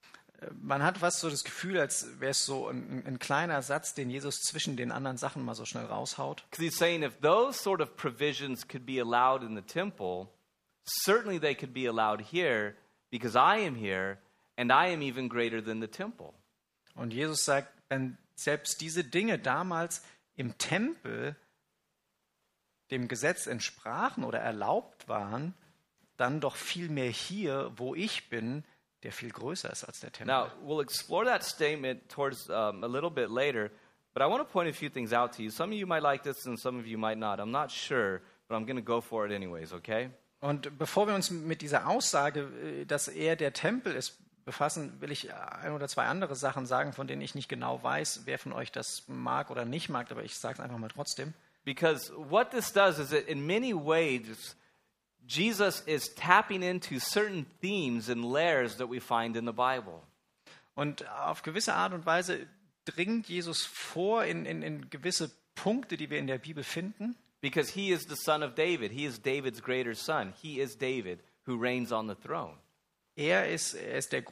Man hat fast so das Gefühl, als wäre es so ein kleiner Satz, den Jesus zwischen den anderen Sachen mal so schnell raushaut. Because he's saying if those sort of provisions could be allowed in the temple, certainly they could be allowed here because I am here and I am even greater than the temple. Und Jesus sagt, wenn selbst diese Dinge damals im Tempel dem Gesetz entsprachen oder erlaubt waren, dann doch viel mehr hier, wo ich bin, der viel größer ist als der Tempel. Now, we'll explore that statement towards a little bit later, but I want to point a few things out to you. Some of you might like this and some of you might not. I'm not sure, but I'm going to go for it anyways, okay? Und bevor wir uns mit dieser Aussage, dass er der Tempel ist, befassen, will ich ein oder zwei andere Sachen sagen, von denen ich nicht genau weiß, wer von euch das mag oder nicht mag, aber ich sage es einfach mal trotzdem. Because what this does is that in many ways, Jesus is tapping into certain themes and layers that we find in the Bible. Und auf gewisse Art und Weise dringt Jesus vor in gewisse Punkte, die wir in der Bibel finden. Because he is the son of David. He is David's greater son. He is David who reigns on the throne. Er ist der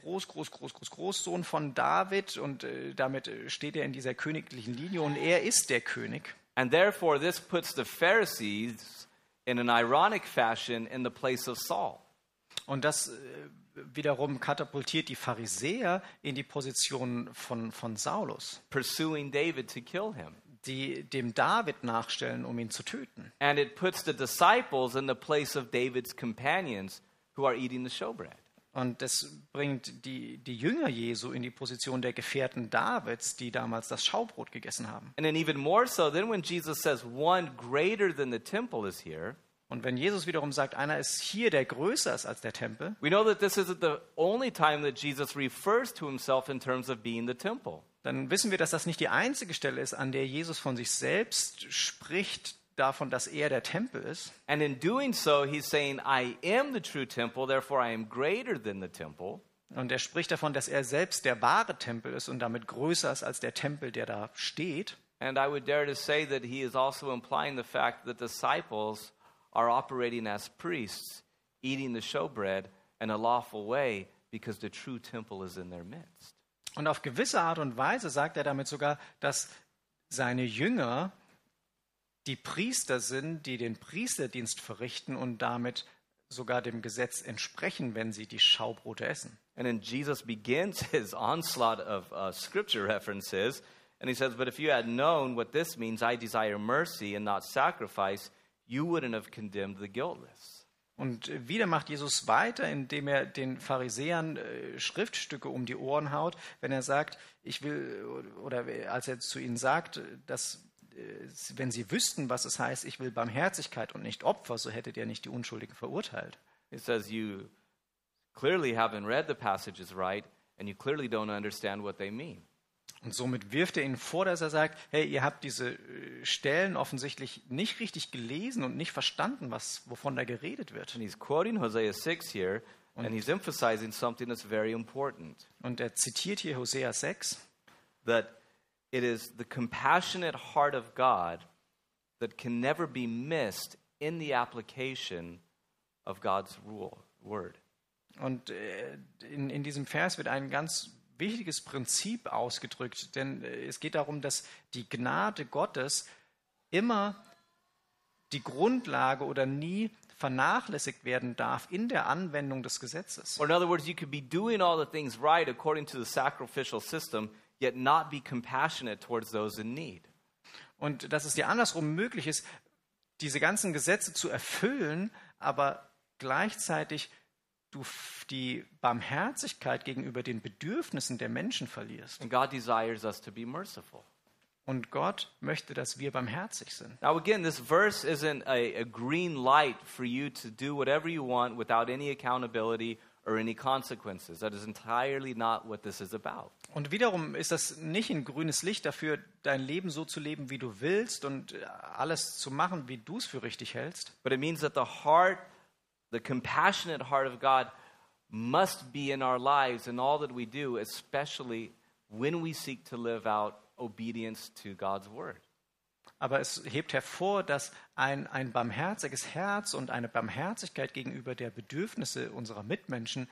Großsohn von David und damit steht er in dieser königlichen Linie und er ist der König. And therefore this puts the Pharisees in an ironic fashion in the place of Saul. Und das wiederum katapultiert die Pharisäer in die Position von Saulus, Pursuing David to kill him. die dem David nachstellen, um ihn zu töten. And it puts the disciples in the place of David's companions who are eating the showbread. Und das bringt die Jünger Jesu in die Position der Gefährten Davids, die damals das Schaubrot gegessen haben. And then even more so, then when Jesus says one greater than the temple is here, Und wenn Jesus wiederum sagt, einer ist hier, der größer ist als der Tempel, we know that this isn't the only time that Jesus refers to himself in terms of being the temple. dann wissen wir, dass das nicht die einzige Stelle ist, an der Jesus von sich selbst spricht, davon, dass er der Tempel ist. And in doing so, he's saying, I am the true temple, therefore I am greater than the temple. Und er spricht davon, dass er selbst der wahre Tempel ist und damit größer ist als der Tempel, der da steht. And I would dare to say that he is also implying the fact that disciples are operating as priests, eating the showbread in a lawful way because the true temple is in their midst. Und auf gewisse Art und Weise sagt er damit sogar, dass seine Jünger die Priester sind, die den Priesterdienst verrichten und damit sogar dem Gesetz entsprechen, wenn sie die Schaubrote essen. And then Jesus begins his onslaught of scripture references, and he says, but if you had known what this means, I desire mercy and not sacrifice, you wouldn't have condemned the guiltless. Und wieder macht Jesus weiter, indem er den Pharisäern Schriftstücke um die Ohren haut, wenn er sagt, ich will, oder als er zu ihnen sagt, dass wenn sie wüssten, was es heißt, ich will Barmherzigkeit und nicht Opfer, so hättet ihr nicht die Unschuldigen verurteilt. He says, you clearly haven't read the passages right, and you clearly don't understand what they mean. Und somit wirft er ihnen vor, dass er sagt, hey, ihr habt diese Stellen offensichtlich nicht richtig gelesen und nicht verstanden, wovon da geredet wird. And he's quoting Hosea 6 here, and he's emphasizing something that's very important. Und er zitiert hier Hosea 6, That it is the compassionate heart of God that can never be missed in the application of God's word. Und in diesem Vers wird ein ganz wichtiges Prinzip ausgedrückt, denn es geht darum, dass die Gnade Gottes immer die Grundlage oder nie vernachlässigt werden darf in der Anwendung des Gesetzes. Or in other words, you could be doing all the things right according to the sacrificial system, yet not be compassionate towards those in need. Und dass es dir andersrum möglich ist, diese ganzen Gesetze zu erfüllen, aber gleichzeitig du die Barmherzigkeit gegenüber den Bedürfnissen der Menschen verlierst. And God desires us to be merciful. Und Gott möchte, dass wir barmherzig sind. Now again, this verse isn't a green light for you to do whatever you want without any accountability or any consequences. That is entirely not what this is about. Und wiederum ist das nicht ein grünes Licht dafür, dein Leben so zu leben, wie du willst und alles zu machen, wie du es für richtig hältst. But it means that the compassionate heart of God must be in our lives in all that we do, especially when we seek to live out obedience to God's word. Aber es hebt hervor, dass ein barmherziges Herz und eine Barmherzigkeit gegenüber der Bedürfnisse unserer Mitmenschen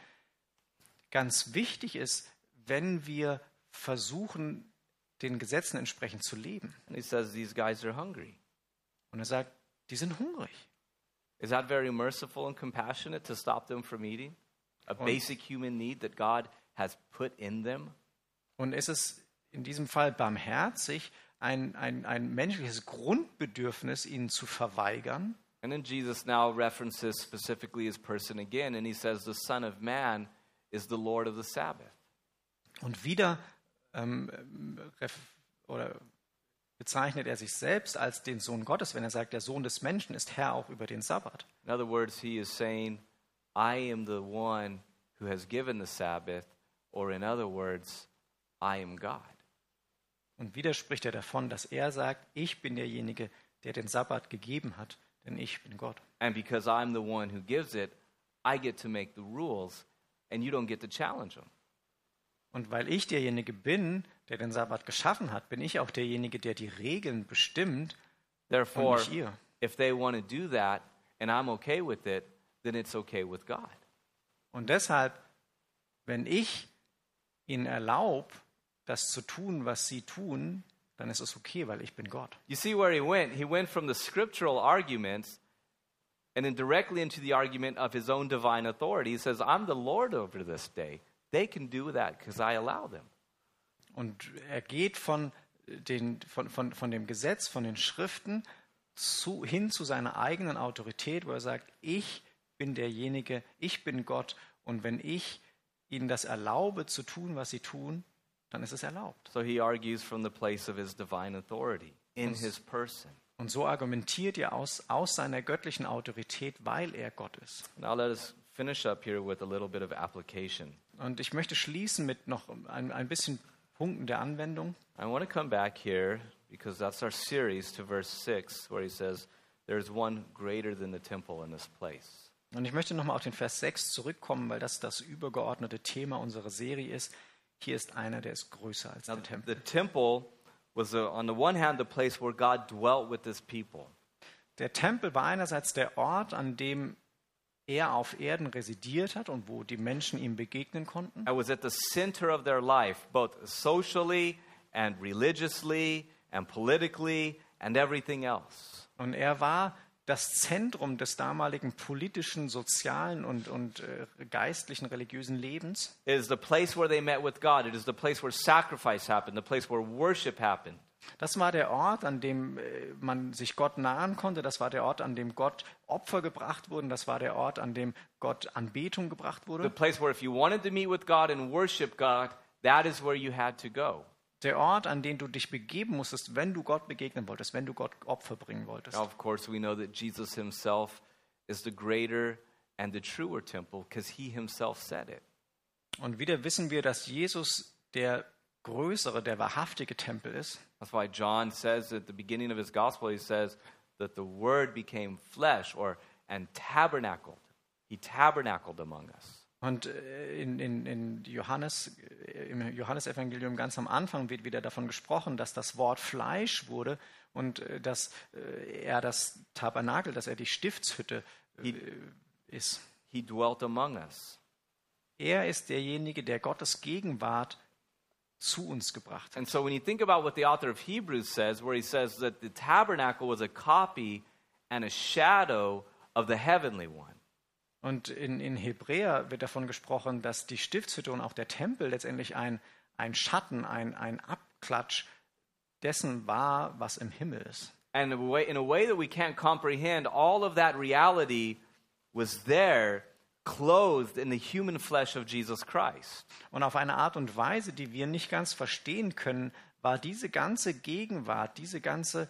ganz wichtig ist, wenn wir versuchen, den Gesetzen entsprechend zu leben. And he says these guys are hungry. Und er sagt, die sind hungrig. Is that very merciful and compassionate to stop them from eating? A basic human need that God has put in them? Und ist es in diesem Fall barmherzig, ein menschliches Grundbedürfnis ihnen zu verweigern? And then Jesus now references specifically his person again, and he says the Son of Man is the Lord of the Sabbath. Und wieder bezeichnet er sich selbst als den Sohn Gottes, wenn er sagt, der Sohn des Menschen ist Herr auch über den Sabbat. In other words, he is saying, I am the one who has given the Sabbath, or in other words, I am God. Und wieder spricht er davon, dass er sagt, ich bin derjenige, der den Sabbat gegeben hat, denn ich bin Gott. And because I'm the one who gives it, I get to make the rules, and you don't get to challenge them. Und weil ich derjenige bin, der den Sabbat geschaffen hat, bin ich auch derjenige, der die Regeln bestimmt und Therefore, nicht ihr. if they want to do that, and I'm okay with it, then it's okay with God. Und deshalb, wenn ich ihnen erlaube, das zu tun, was sie tun, dann ist es okay, weil ich bin Gott. You see where he went? He went from the scriptural arguments and then directly into the argument of his own divine authority. He says, I'm the Lord over this day. They can do that because I allow them. Und er geht von dem Gesetz, von den Schriften hin zu seiner eigenen Autorität, wo er sagt, ich bin derjenige, ich bin Gott. Und wenn ich ihnen das erlaube zu tun, was sie tun, dann ist es erlaubt. So he argues from the place of his divine authority in his person. Und so argumentiert er aus seiner göttlichen Autorität, weil er Gott ist. Now let us finish up here with a little bit of application. Und ich möchte schließen mit noch ein bisschen Punkten der Anwendung. I want to come back here because that's our series to verse 6 where he says, there's one greater than the temple in this place. Und ich möchte nochmal auf den Vers 6 zurückkommen, weil das übergeordnete Thema unserer Serie ist. Hier ist einer, der ist größer als der Tempel. The temple was, on the one hand, the place where God dwelt with his people. Der Tempel war einerseits der Ort, an dem er auf Erden residiert hat und wo die Menschen ihm begegnen konnten. It was at the center of their life, both socially and religiously and politically and everything else. Und er war das Zentrum des damaligen politischen, sozialen und geistlichen, religiösen Lebens. It is the place where they met with God. It is the place where sacrifice happened, the place where worship happened. Das war der Ort, an dem man sich Gott nahen konnte. Das war der Ort, an dem Gott Opfer gebracht wurden. Das war der Ort, an dem Gott Anbetung gebracht The wurde. place where if you wanted to meet with God and worship God, that is where you had to go. Der Ort, an den du dich begeben musstest, wenn du Gott begegnen wolltest, wenn du Gott Opfer bringen wolltest. Now, of course, we know that Jesus himself is the greater and the truer temple because he himself said it. Und wieder wissen wir, dass Jesus der größere, der wahrhaftige Tempel ist. That's why John says at the beginning of his gospel, he says that the Word became flesh and tabernacled. He tabernacled among us. Und im Johannesevangelium ganz am Anfang wird wieder davon gesprochen, dass das Wort Fleisch wurde und dass er das Tabernakel, dass er die Stiftshütte ist. He dwelt among us. Er ist derjenige, der Gottes Gegenwart zu uns gebracht hat. And so when you think about what the author of Hebrews says, where he says that the tabernacle was a copy and a shadow of the heavenly one. Und in Hebräer wird davon gesprochen, dass die Stiftshütte und auch der Tempel letztendlich ein Schatten, ein Abklatsch dessen war, was im Himmel ist. And in a way that we can't comprehend, all of that reality was there, clothed in the human flesh of Jesus Christ. Und auf eine Art und Weise, die wir nicht ganz verstehen können, war diese ganze Gegenwart, diese ganze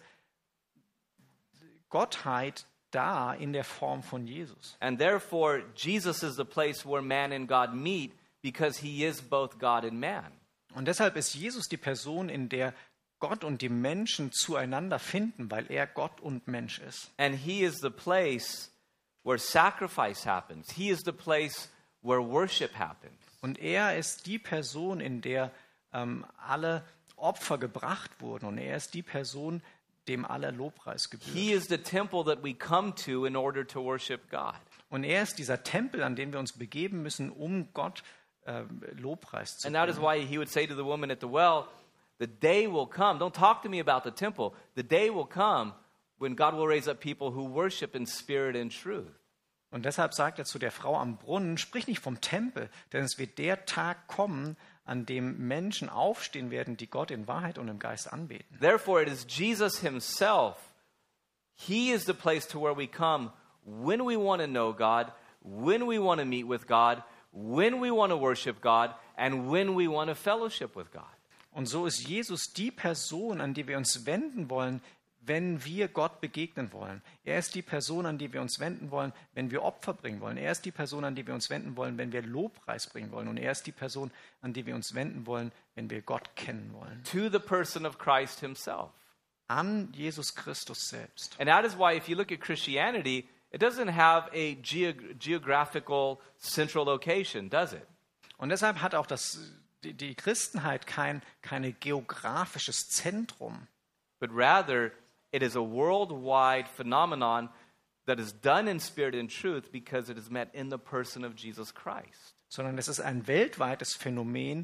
Gottheit da in der Form von Jesus. And therefore, Jesus is the place where man and God meet because he is both God and man. Und deshalb ist Jesus die Person, in der Gott und die Menschen zueinander finden, weil er Gott und Mensch ist. And he is the place where sacrifice happens. He is the place where worship happens. Und er ist die Person, in der alle Opfer gebracht wurden. Und er ist die Person, dem aller Lobpreis gebührt. He is the temple that we come to in order to worship God. Und er ist dieser Tempel, an den wir uns begeben müssen, um Gott Lobpreis zu And that is bringen. why he would say to the woman at the well, the day will come. Don't talk to me about the temple. The day will come when God will raise up people who worship in spirit and truth. Und deshalb sagt er zu der Frau am Brunnen, sprich nicht vom Tempel, denn es wird der Tag kommen, an dem Menschen aufstehen werden, die Gott in Wahrheit und im Geist anbeten. Therefore, it is Jesus himself. He is the place to where we come when we want to know God, when we want to meet with God, when we want to worship God and when we want to fellowship with God. Und so ist Jesus die Person, an die wir uns wenden wollen, wenn wir Gott begegnen wollen. Er ist die Person, an die wir uns wenden wollen, wenn wir Opfer bringen wollen. Er ist die Person, an die wir uns wenden wollen, wenn wir Lobpreis bringen wollen. Und er ist die Person, an die wir uns wenden wollen, wenn wir Gott kennen wollen. To the person of Christ himself. An Jesus Christus selbst. And that is why if you look at Christianity, it doesn't have a geographical central location, does it? Und deshalb hat auch die Christenheit kein geografisches Zentrum. But rather, it is a worldwide phenomenon that is done in spirit and truth because it is met in the person of Jesus Christ. Sondern es ist ein weltweites Phänomen,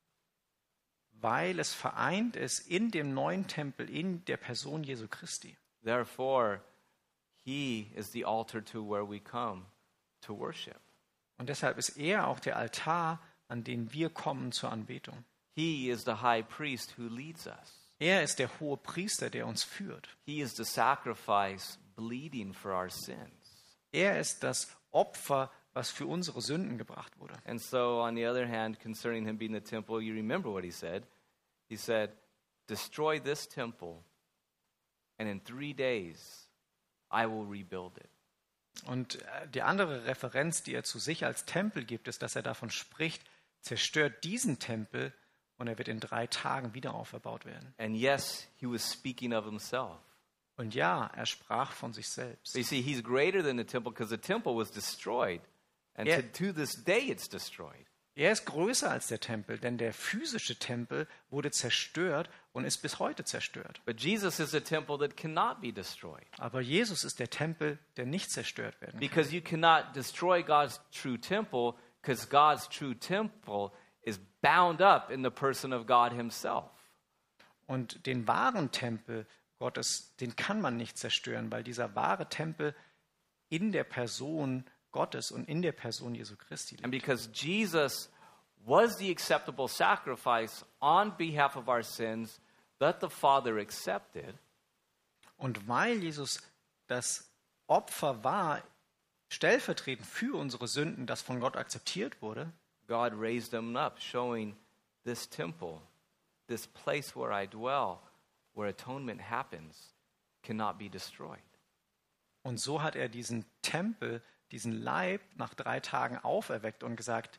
weil es vereint ist in dem neuen Tempel, in der Person Jesu Christi. Therefore, he is the altar to where we come to worship. Und deshalb ist er auch der Altar, an den wir kommen zur Anbetung. He is the high priest who leads us. Er ist der hohe Priester, der uns führt. He is the sacrifice bleeding for our sins. Er ist das Opfer, was für unsere Sünden gebracht wurde. And so, on the other hand, concerning him being the temple, you remember what he said. He said, destroy this temple, and in 3 days I will rebuild it. Und die andere Referenz, die er zu sich als Tempel gibt, ist, dass er davon spricht, zerstört diesen Tempel und er wird in 3 Tagen wieder auferbaut werden. And yes, he was speaking of himself. Und ja, er sprach von sich selbst. But you see, he's greater than the temple because the temple was destroyed. And Yeah. to this day it's destroyed. Er ist größer als der Tempel, denn der physische Tempel wurde zerstört und ist bis heute zerstört. But Jesus is a temple that cannot be destroyed. Aber Jesus ist der Tempel, der nicht zerstört werden kann. Because you cannot destroy God's true temple because God's true temple is bound up in the person of God himself. Und den wahren Tempel Gottes, den kann man nicht zerstören, weil dieser wahre Tempel in der Person Gottes und in der Person Jesu Christi And liegt. because Jesus was the acceptable sacrifice on behalf of our sins that the Father accepted, Und weil Jesus das Opfer war, stellvertretend für unsere Sünden, das von Gott akzeptiert wurde, God raised him up, showing this temple, this place where I dwell, where atonement happens, cannot be destroyed. und so hat er diesen Tempel, diesen Leib nach 3 Tagen auferweckt und gesagt,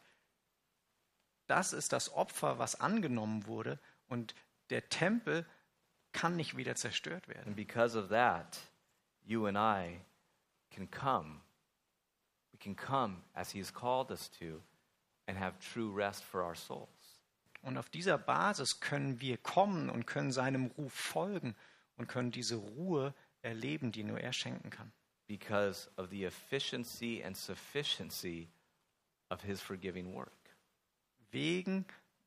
das ist das Opfer, was angenommen wurde und der Tempel kann nicht wieder zerstört werden. And because of that, you and I can come. We can come as he has called us to and have true rest for our souls. Und auf dieser Basis können wir kommen und können seinem Ruf folgen und können diese Ruhe erleben, die nur er schenken kann. Because of the efficiency and sufficiency of his forgiving work. Wegen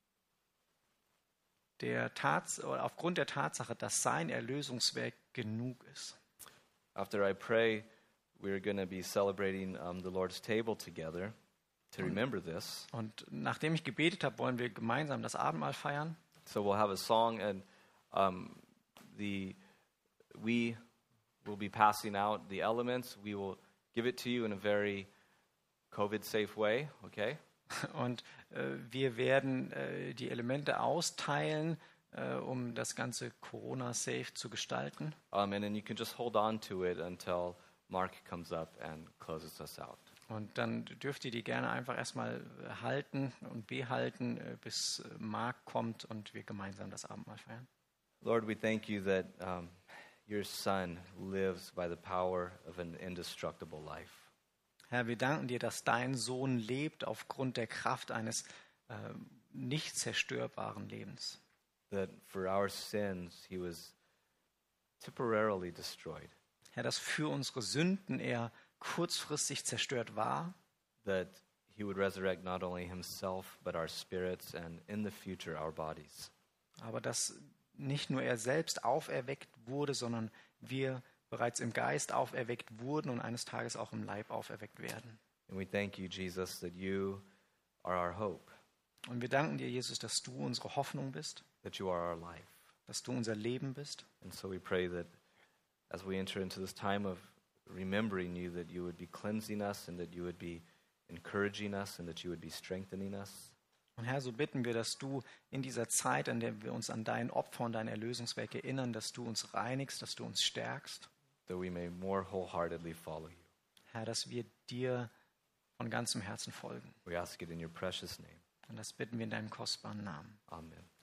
oder aufgrund der Tatsache, dass sein Erlösungswerk genug ist. After I pray, we're going to be celebrating the Lord's table together to remember this. Und nachdem ich gebetet habe, wollen wir gemeinsam das Abendmahl feiern. So we'll have a song, and we will be passing out the elements. We will give it to you in a very COVID-safe way, okay? Und wir werden die Elemente austeilen, um das Ganze Corona-safe zu gestalten. And then you can just hold on to it until Mark comes up and closes us out. Und dann dürft ihr die gerne einfach erstmal halten und behalten, bis Mark kommt und wir gemeinsam das Abendmahl feiern. Lord, we thank you that your Son lives by the power of an indestructible life. Herr, wir danken dir, dass dein Sohn lebt aufgrund der Kraft eines nicht zerstörbaren Lebens. That for our sins he was temporarily destroyed. Herr, dass für unsere Sünden er kurzfristig zerstört war, That he would resurrect not only himself but our spirits and in the future our bodies. aber dass nicht nur er selbst auferweckt wurde, sondern wir bereits im Geist auferweckt wurden und eines Tages auch im Leib auferweckt werden. And we thank you, Jesus, that you are our hope, Und wir danken dir, Jesus, dass du unsere Hoffnung bist, that you are our life. dass du unser Leben bist. And so we pray that as we enter into this time of remembering you, that you would be cleansing us and that you would be encouraging us and that you would be strengthening us. Und Herr, so bitten wir, dass du in dieser Zeit, in der wir uns an dein Opfer und dein Erlösungswerk erinnern, dass du uns reinigst, dass du uns stärkst. That we may more wholeheartedly follow you. Herr, dass wir dir von ganzem Herzen folgen. We ask it in your precious name. Und das bitten wir in deinem kostbaren Namen. Amen.